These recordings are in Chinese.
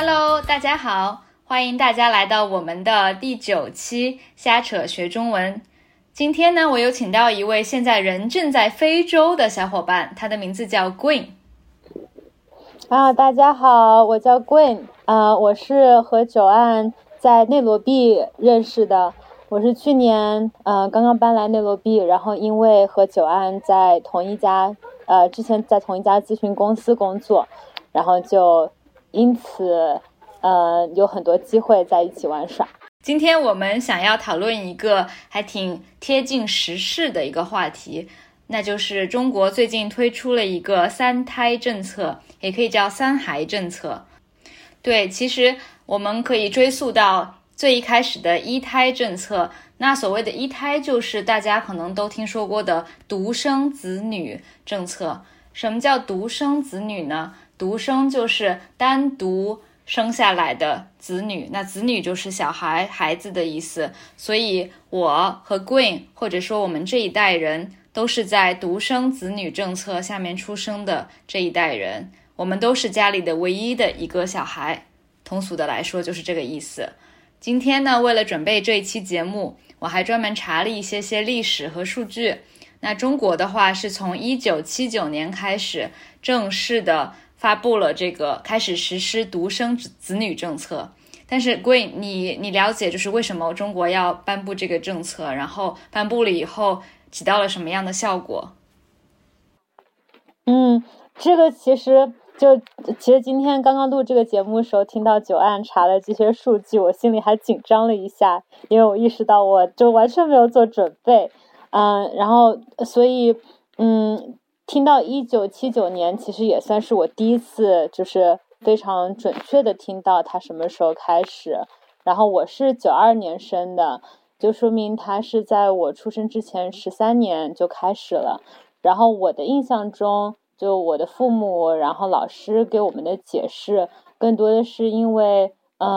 Hello， 大家好，欢迎大家来到我们的第9期瞎扯学中文。今天呢，我有请到一位现在人正在非洲的小伙伴，他的名字叫 Gwen。 大家好，我叫 Gwen，我是和久安在内罗毕认识的。我是去年刚刚搬来内罗毕，然后因为和久安在同一家之前在同一家咨询公司工作，然后就因此有很多机会在一起玩耍。 今天我们想要讨论一个还挺贴近时事的一个话题，那就是中国最近推出了一个3胎政策，也可以叫3孩政策。对，其实我们可以追溯到最一开始的1胎政策。那所谓的1胎就是大家可能都听说过的独生子女政策。什么叫独生子女呢？独生就是单独生下来的子女，那子女就是小孩、孩子的意思。所以我和 Gwen 或者说我们这一代人都是在独生子女政策下面出生的这一代人，我们都是家里的唯一的一个小孩，通俗的来说就是这个意思。今天呢，为了准备这一期节目，我还专门查了一些历史和数据。那中国的话是从1979年开始正式的发布了这个开始实施独生子女政策。但是 Gwen， 你了解就是为什么中国要颁布这个政策，然后颁布了以后起到了什么样的效果？ 这个其实今天刚刚录这个节目的时候，听到久安查了这些数据，我心里还紧张了一下，因为我意识到我就完全没有做准备。然后所以听到1979年其实也算是我第一次就是非常准确的听到它什么时候开始。然后我是92年生的，就说明它是在我出生之前13年就开始了。然后我的印象中，就我的父母然后老师给我们的解释更多的是因为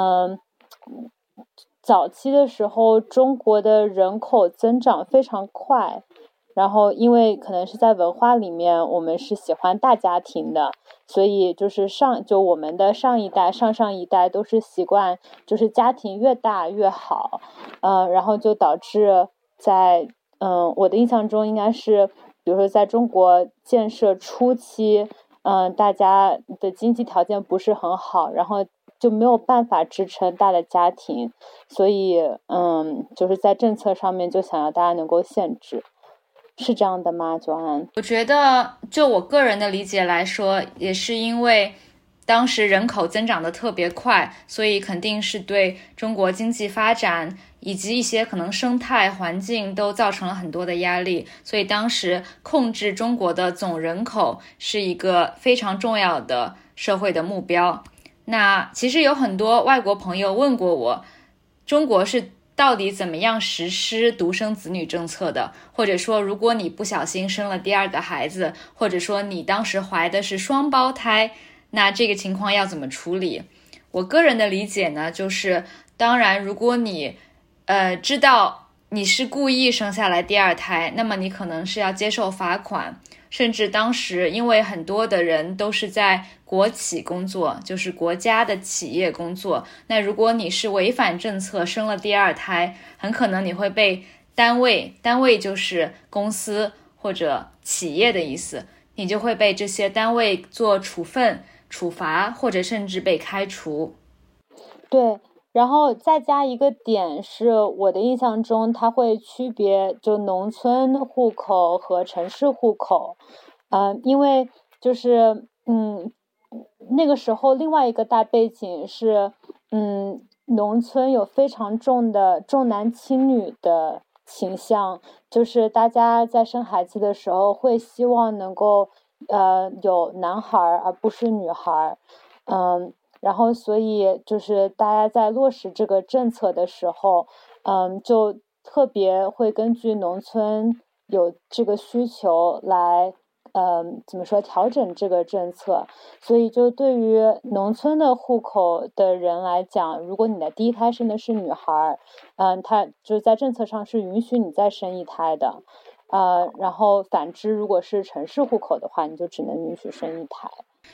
早期的时候中国的人口增长非常快，然后因为可能是在文化里面我们是喜欢大家庭的，所以就是我们的上一代上一代都是习惯就是家庭越大越好。然后就导致在我的印象中应该是比如说在中国建设初期大家的经济条件不是很好，然后就没有办法支撑大的家庭，所以就是在政策上面就想要大家能够限制。是这样的吗，久安？ 我觉得就我个人的理解来说，也是因为当时人口增长的特别快，所以肯定是对中国经济发展以及一些可能生态环境都造成了很多的压力，所以当时控制中国的总人口是一个非常重要的社会的目标。那其实有很多外国朋友问过我，中国是到底怎么样实施独生子女政策的，或者说如果你不小心生了第2个孩子，或者说你当时怀的是双胞胎，那这个情况要怎么处理？我个人的理解呢，就是当然如果你知道你是故意生下来第2胎，那么你可能是要接受罚款，甚至当时因为很多的人都是在国企工作，就是国家的企业工作，那如果你是违反政策生了第2胎，很可能你会被单位就是公司或者企业的意思，你就会被这些单位做处分、处罚，或者甚至被开除。 对，然后再加一个点是我的印象中它会区别就农村户口和城市户口。因为就是那个时候另外一个大背景是农村有非常重的重男轻女的倾向，就是大家在生孩子的时候会希望能够有男孩而不是女孩。然后所以就是大家在落实这个政策的时候就特别会根据农村有这个需求来怎么说调整这个政策。所以就对于农村的户口的人来讲，如果你的第1胎生的是女孩他就在政策上是允许你再生1胎的。然后反之如果是城市户口的话，你就只能允许生1胎。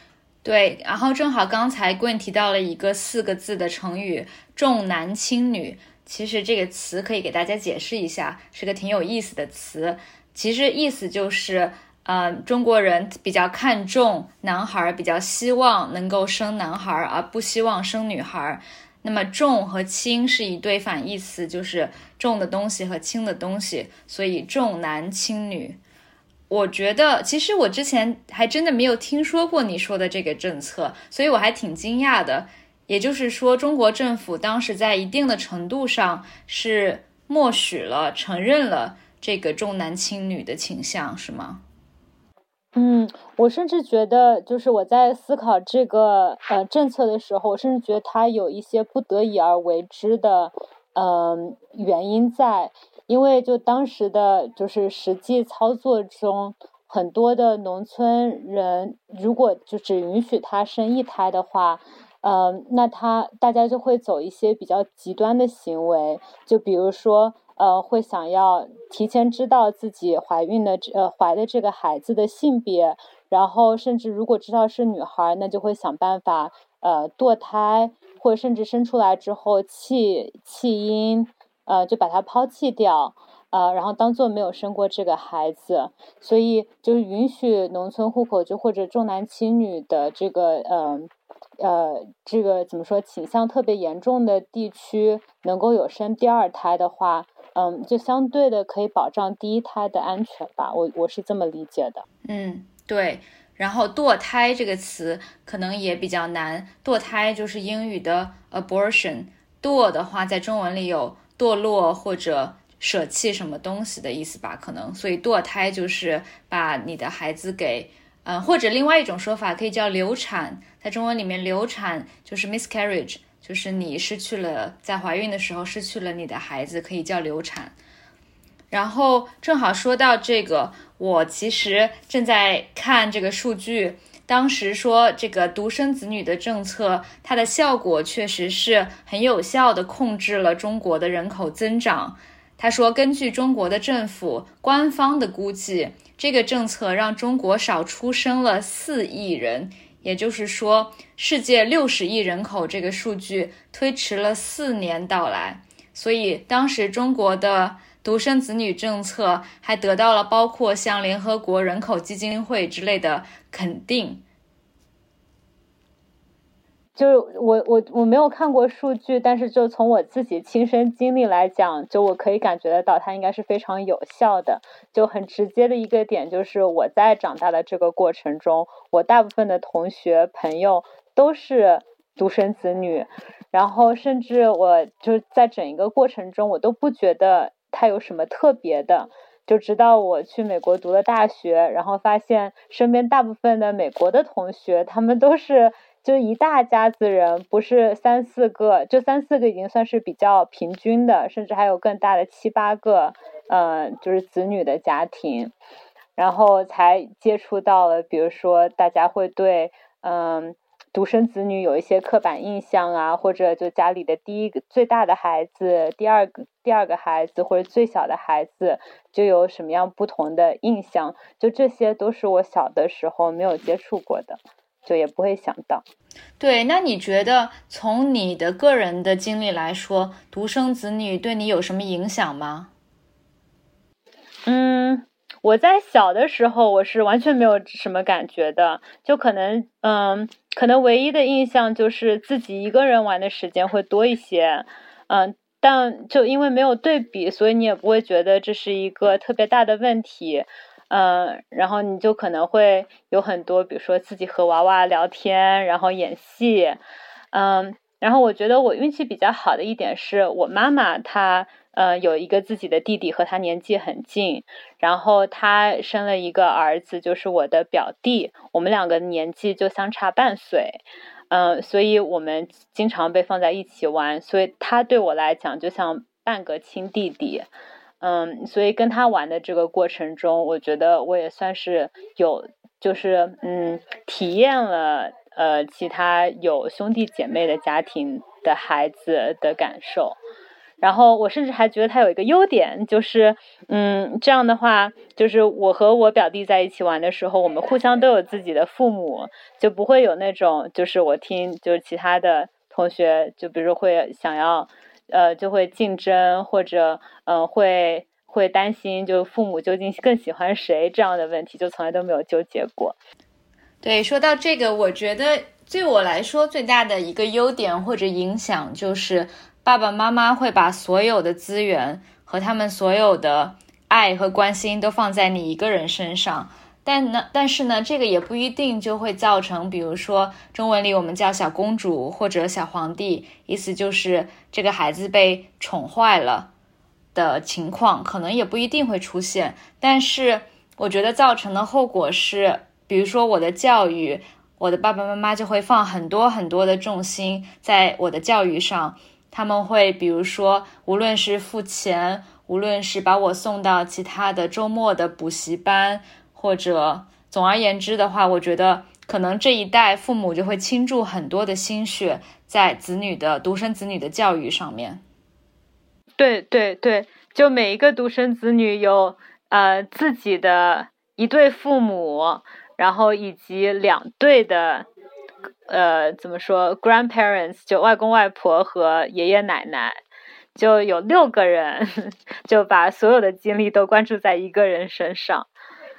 对，然后正好刚才Gwen提到了一个4个字的成语重男轻女，其实这个词可以给大家解释一下，是个挺有意思的词。其实意思就是中国人比较看重男孩，比较希望能够生男孩，而不希望生女孩。那么重和轻是一对反义词，就是重的东西和轻的东西，所以重男轻女。我觉得其实我之前还真的没有听说过你说的这个政策，所以我还挺惊讶的。也就是说，中国政府当时在一定的程度上是默许了、承认了这个重男轻女的倾向，是吗？ 我甚至觉得，就是我在思考这个政策的时候，我甚至觉得它有一些不得已而为之的原因在，因为就当时的就是实际操作中，很多的农村人如果就只允许他生一胎的话，那大家就会走一些比较极端的行为，就比如说。会想要提前知道自己怀的这个孩子的性别，然后甚至如果知道是女孩，那就会想办法堕胎，或者甚至生出来之后弃婴，就把它抛弃掉，然后当做没有生过这个孩子，所以就是允许农村户口就或者重男轻女的这个这个怎么说倾向特别严重的地区能够有生第二胎的话。就相对的可以保障第一胎的安全吧，我是这么理解的。 对。然后堕胎这个词可能也比较难，堕胎就是英语的 abortion， 堕的话在中文里有堕落或者舍弃什么东西的意思吧，可能，所以堕胎就是把你的孩子给或者另外一种说法可以叫流产，在中文里面流产就是 miscarriage，就是你失去了在怀孕的时候失去了你的孩子，可以叫流产。然后正好说到这个，我其实正在看这个数据，当时说这个独生子女的政策，它的效果确实是很有效的控制了中国的人口增长。他说，根据中国的政府官方的估计，这个政策让中国少出生了4亿人，也就是说，世界60亿人口这个数据推迟了4年到来。所以当时中国的独生子女政策还得到了包括像联合国人口基金会之类的肯定。 就我没有看过数据，但是就从我自己亲身经历来讲，就我可以感觉得到它应该是非常有效的。就很直接的一个点就是我在长大的这个过程中，我大部分的同学朋友都是独生子女，然后甚至我就在整一个过程中我都不觉得它有什么特别的，就直到我去美国读了大学，然后发现身边大部分的美国的同学他们都是就一大家子人，不是3、4个，就3、4个已经算是比较平均的，甚至还有更大的7、8个就是子女的家庭，然后才接触到了比如说大家会对独生子女有一些刻板印象啊，或者就家里的最大的孩子，第二个孩子或者最小的孩子就有什么样不同的印象，就这些都是我小的时候没有接触过的，就也不会想到。 对，那你觉得从你的个人的经历来说，独生子女对你有什么影响吗？ 我在小的时候我是完全没有什么感觉的，就可能唯一的印象就是自己一个人玩的时间会多一些，但就因为没有对比，所以你也不会觉得这是一个特别大的问题，然后你就可能会有很多，比如说自己和娃娃聊天，然后演戏，然后我觉得我运气比较好的一点是我妈妈她有一个自己的弟弟和她年纪很近，然后她生了一个儿子，就是我的表弟，我们两个年纪就相差半岁，所以我们经常被放在一起玩，所以他对我来讲就像半个亲弟弟，所以跟他玩的这个过程中，我觉得我也算是有就是体验了其他有兄弟姐妹的家庭的孩子的感受。 然后我甚至还觉得它有一个优点，就是这样的话，就是我和我表弟在一起玩的时候，我们互相都有自己的父母，就不会有那种就是我听就是其他的同学就比如说会想要就会竞争，或者会担心就父母究竟更喜欢谁这样的问题，就从来都没有纠结过。 对，说到这个，我觉得对我来说最大的一个优点或者影响就是爸爸妈妈会把所有的资源和他们所有的爱和关心都放在你一个人身上。但是呢，这个也不一定就会造成，比如说中文里我们叫小公主或者小皇帝，意思就是这个孩子被宠坏了的情况，可能也不一定会出现。但是我觉得造成的后果是，比如说我的教育，我的爸爸妈妈就会放很多很多的重心在我的教育上，他们会比如说无论是付钱，无论是把我送到其他的周末的补习班，或者总而言之的话，我觉得可能这一代父母就会倾注很多的心血在独生子女的教育上面。 对对对，就每一个独生子女有自己的一对父母，然后以及两对的怎么说 grandparents， 就外公外婆和爷爷奶奶，就有6个人就把所有的精力都关注在一个人身上。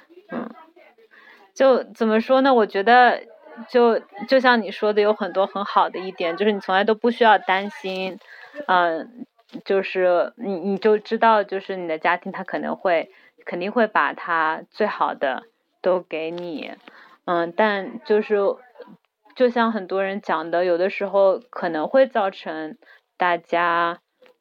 就怎么说呢，我觉得就像你说的，有很多很好的一点，就是你从来都不需要担心就是你就知道，就是你的家庭他肯定会把他最好的都给你。但就像很多人讲的，有的时候可能会造成大家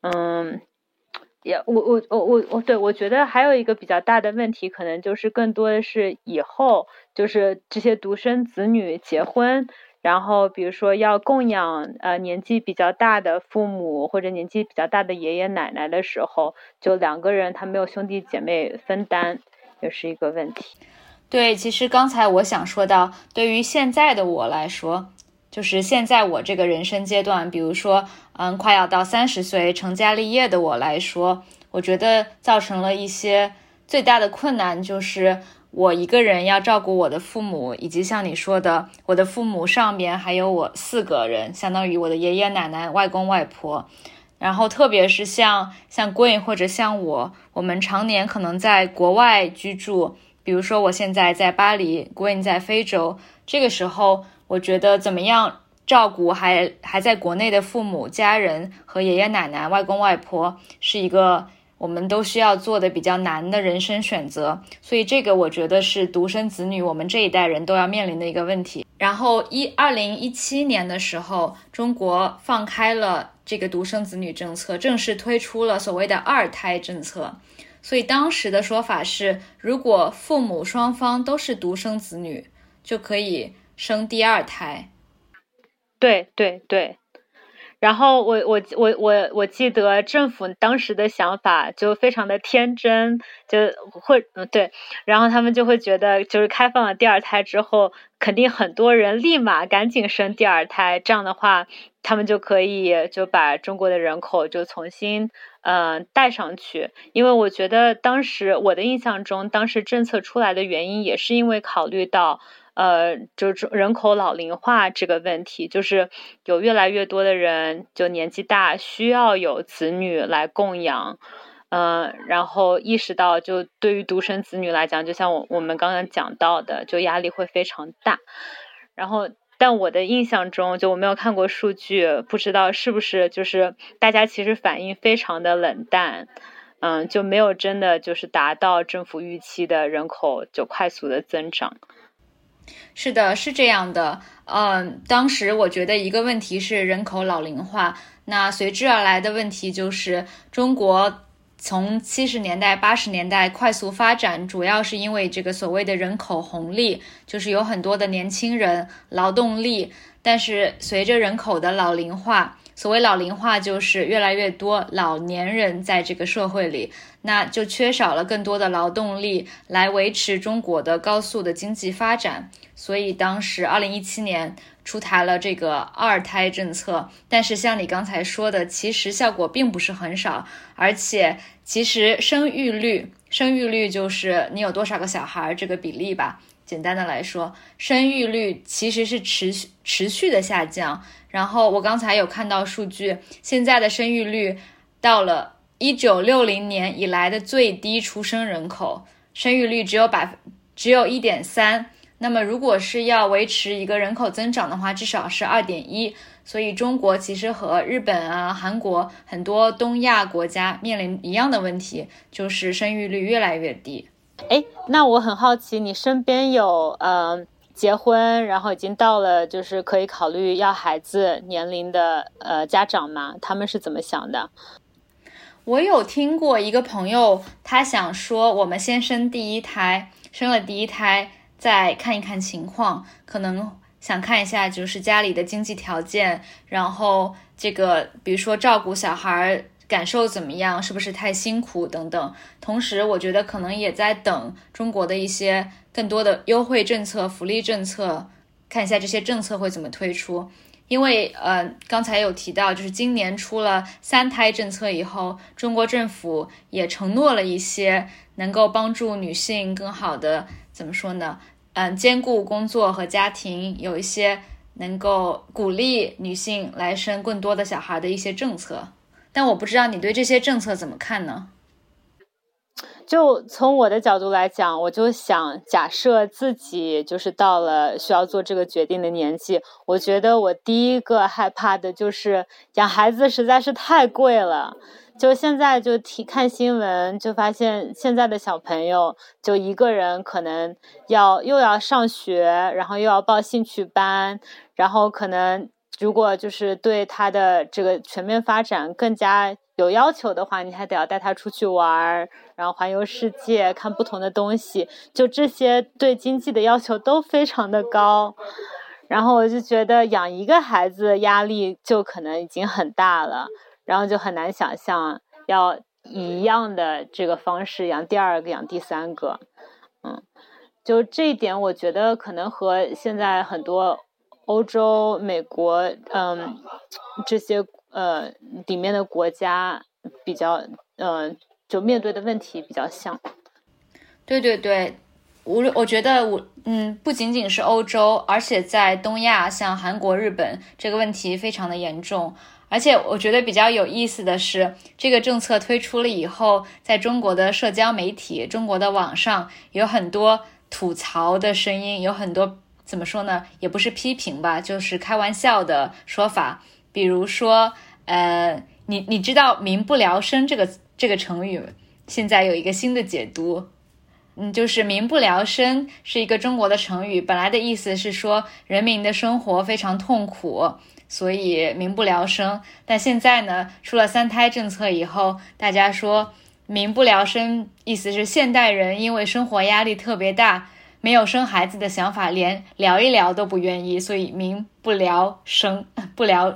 我觉得还有一个比较大的问题，可能就是更多的是以后就是这些独生子女结婚，然后比如说要供养年纪比较大的父母或者年纪比较大的爷爷奶奶的时候，就2个人他没有兄弟姐妹分担，也是一个问题。 对，其实刚才我想说到，对于现在的我来说，就是现在我这个人生阶段，比如说快要到30岁成家立业的我来说，我觉得造成了一些最大的困难，就是我一个人要照顾我的父母，以及像你说的，我的父母上面还有我4个人，相当于我的爷爷奶奶、外公外婆。然后特别是像 Gwen 或者像我们常年可能在国外居住，比如说我现在在巴黎， Gwen 在非洲，这个时候我觉得怎么样照顾还在国内的父母、家人和爷爷奶奶、外公外婆，是一个我们都需要做的比较难的人生选择。所以这个我觉得是独生子女我们这一代人都要面临的一个问题。然后2017年的时候，中国放开了这个独生子女政策，正式推出了所谓的2胎政策。所以当时的说法是，如果父母双方都是独生子女，就可以生第2胎。 对对对，然后我记得政府当时的想法就非常的天真，对，然后他们就会觉得，就是开放了第2胎之后，肯定很多人立马赶紧生第2胎，这样的话，他们就可以就把中国的人口就重新带上去。因为我觉得当时我的印象中，当时政策出来的原因也是因为考虑到就是人口老龄化这个问题，就是有越来越多的人就年纪大，需要有子女来供养。然后意识到就对于独生子女来讲，就像我们刚刚讲到的，就压力会非常大。然后但我的印象中，就我没有看过数据，不知道是不是就是大家其实反应非常的冷淡，就没有真的就是达到政府预期的人口就快速的增长。 是的，是这样的。当时我觉得一个问题是人口老龄化，那随之而来的问题就是中国从70年代、80年代快速发展，主要是因为这个所谓的人口红利，就是有很多的年轻人、劳动力，但是随着人口的老龄化， 所谓老龄化就是越来越多老年人在这个社会里，那就缺少了更多的劳动力来维持中国的高速的经济发展。所以当时2017年出台了这个二胎政策，但是像你刚才说的，其实效果并不是很少，而且其实生育率就是你有多少个小孩这个比例吧。简单的来说，生育率其实是持续的下降。然后我刚才有看到数据，现在的生育率到了1960年以来的最低出生人口，生育率只有 1.3%。那么如果是要维持一个人口增长的话，至少是 2.1%。所以中国其实和日本啊、韩国很多东亚国家面临一样的问题，就是生育率越来越低。 那我很好奇，你身边有结婚然后已经到了就是可以考虑要孩子年龄的家长吗？他们是怎么想的？ 我有听过一个朋友，他想说我们先生第一胎，生了第一胎再看一看情况，可能想看一下就是家里的经济条件，然后这个比如说照顾小孩感受怎么样，是不是太辛苦等等。同时我觉得可能也在等中国的一些更多的优惠政策、福利政策，看一下这些政策会怎么推出。因为刚才有提到，就是今年出了3胎政策以后，中国政府也承诺了一些能够帮助女性更好的怎么说呢？兼顾工作和家庭，有一些能够鼓励女性来生更多的小孩的一些政策。但我不知道你对这些政策怎么看呢？ 就从我的角度来讲，我就想假设自己就是到了需要做这个决定的年纪，我觉得我第一个害怕的就是养孩子实在是太贵了。就现在就看新闻就发现现在的小朋友就一个人可能又要上学，然后又要报兴趣班，然后可能如果就是对他的这个全面发展更加有要求的话，你还得要带他出去玩，然后环游世界，看不同的东西，就这些对经济的要求都非常的高。然后我就觉得养一个孩子压力就可能已经很大了，然后就很难想象要以一样的这个方式养第二个、养第三个。就这一点我觉得可能和现在很多欧洲、美国这些里面的国家比较就面对的问题比较像。 对对对，我觉得不仅仅是欧洲，而且在东亚，像韩国、日本，这个问题非常的严重。而且我觉得比较有意思的是，这个政策推出了以后，在中国的社交媒体、中国的网上有很多吐槽的声音，有很多怎么说呢，也不是批评吧，就是开玩笑的说法。比如说你知道民不聊生这个成语现在有一个新的解读，就是民不聊生是一个中国的成语，本来的意思是说人民的生活非常痛苦，所以民不聊生。但现在呢，出了3胎政策以后，大家说民不聊生，意思是现代人因为生活压力特别大，没有生孩子的想法，连聊一聊都不愿意，所以民不聊生，不聊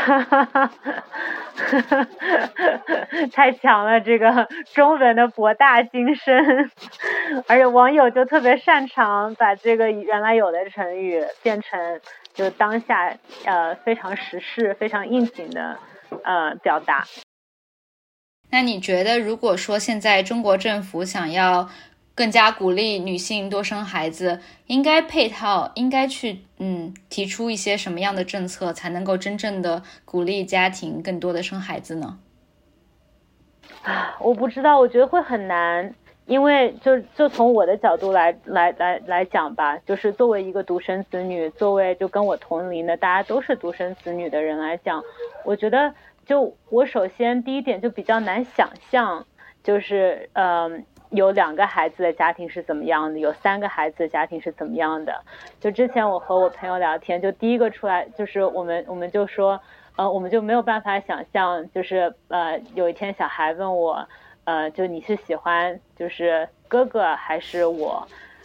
太强了，这个中文的博大精深。而且网友就特别擅长把这个原来有的成语变成就当下非常时事、非常应景的表达。 那你觉得如果说现在中国政府想要更加鼓励女性多生孩子，应该去提出一些什么样的政策才能够真正的鼓励家庭更多的生孩子呢？ 我不知道，我觉得会很难。因为就从我的角度来讲吧，就是作为一个独生子女，作为就跟我同龄的大家都是独生子女的人来讲，我觉得就我首先第一点就比较难想象，就是有2个孩子的家庭是怎么样的，有3个孩子的家庭是怎么样的。就之前我和我朋友聊天，就第一个出来就是我们就说我们就没有办法想象，就是有一天小孩问我就你是喜欢就是哥哥还是我，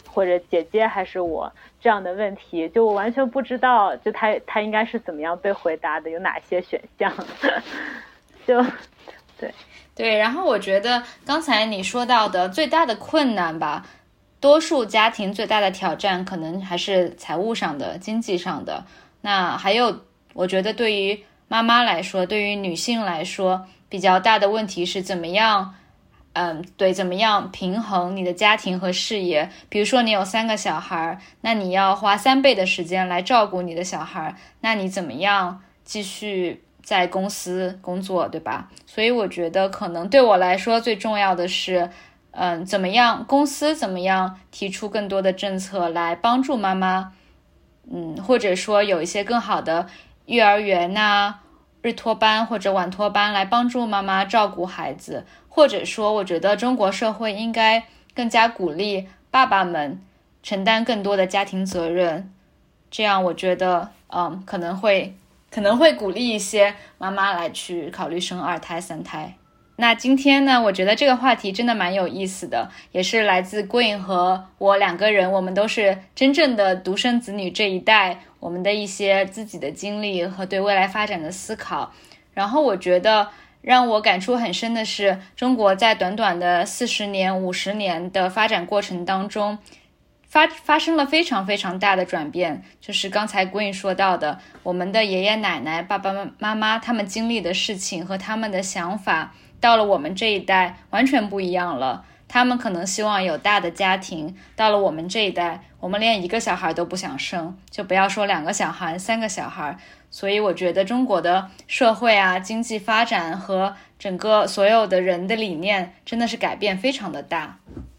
或者姐姐还是我这样的问题，就我完全不知道，就他应该是怎么样被回答的，有哪些选项，就对，然后我觉得刚才你说到的最大的困难吧，多数家庭最大的挑战可能还是财务上的、经济上的。那还有，我觉得对于妈妈来说，对于女性来说，比较大的问题是怎么样，怎么样平衡你的家庭和事业。比如说你有3个小孩，那你要花3倍的时间来照顾你的小孩，那你怎么样继续在公司工作，对吧？所以我觉得可能对我来说最重要的是，怎么样公司怎么样提出更多的政策来帮助妈妈，或者说有一些更好的幼儿园呐、日托班或者晚托班来帮助妈妈照顾孩子，或者说我觉得中国社会应该更加鼓励爸爸们承担更多的家庭责任，这样我觉得可能会鼓励一些妈妈来去考虑生2胎3胎。那今天呢，我觉得这个话题真的蛮有意思的，也是来自郭颖和我2个人，我们都是真正的独生子女这一代，我们的一些自己的经历和对未来发展的思考。然后我觉得让我感触很深的是，中国在短短的40年、50年的发展过程当中，发生了非常非常大的转变，就是刚才郭颖说到的，我们的爷爷奶奶、爸爸妈妈他们经历的事情和他们的想法，到了我们这一代完全不一样了。他们可能希望有大的家庭，到了我们这一代，我们连1个小孩都不想生，就不要说2个小孩、3个小孩。所以我觉得中国的社会啊、经济发展和整个所有的人的理念真的是改变非常的大。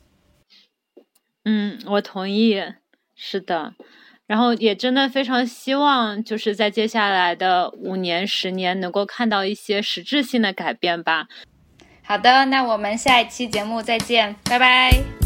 我同意，是的。然后也真的非常希望就是在接下来的5年、10年能够看到一些实质性的改变吧。 好的，那我们下一期节目再见，拜拜。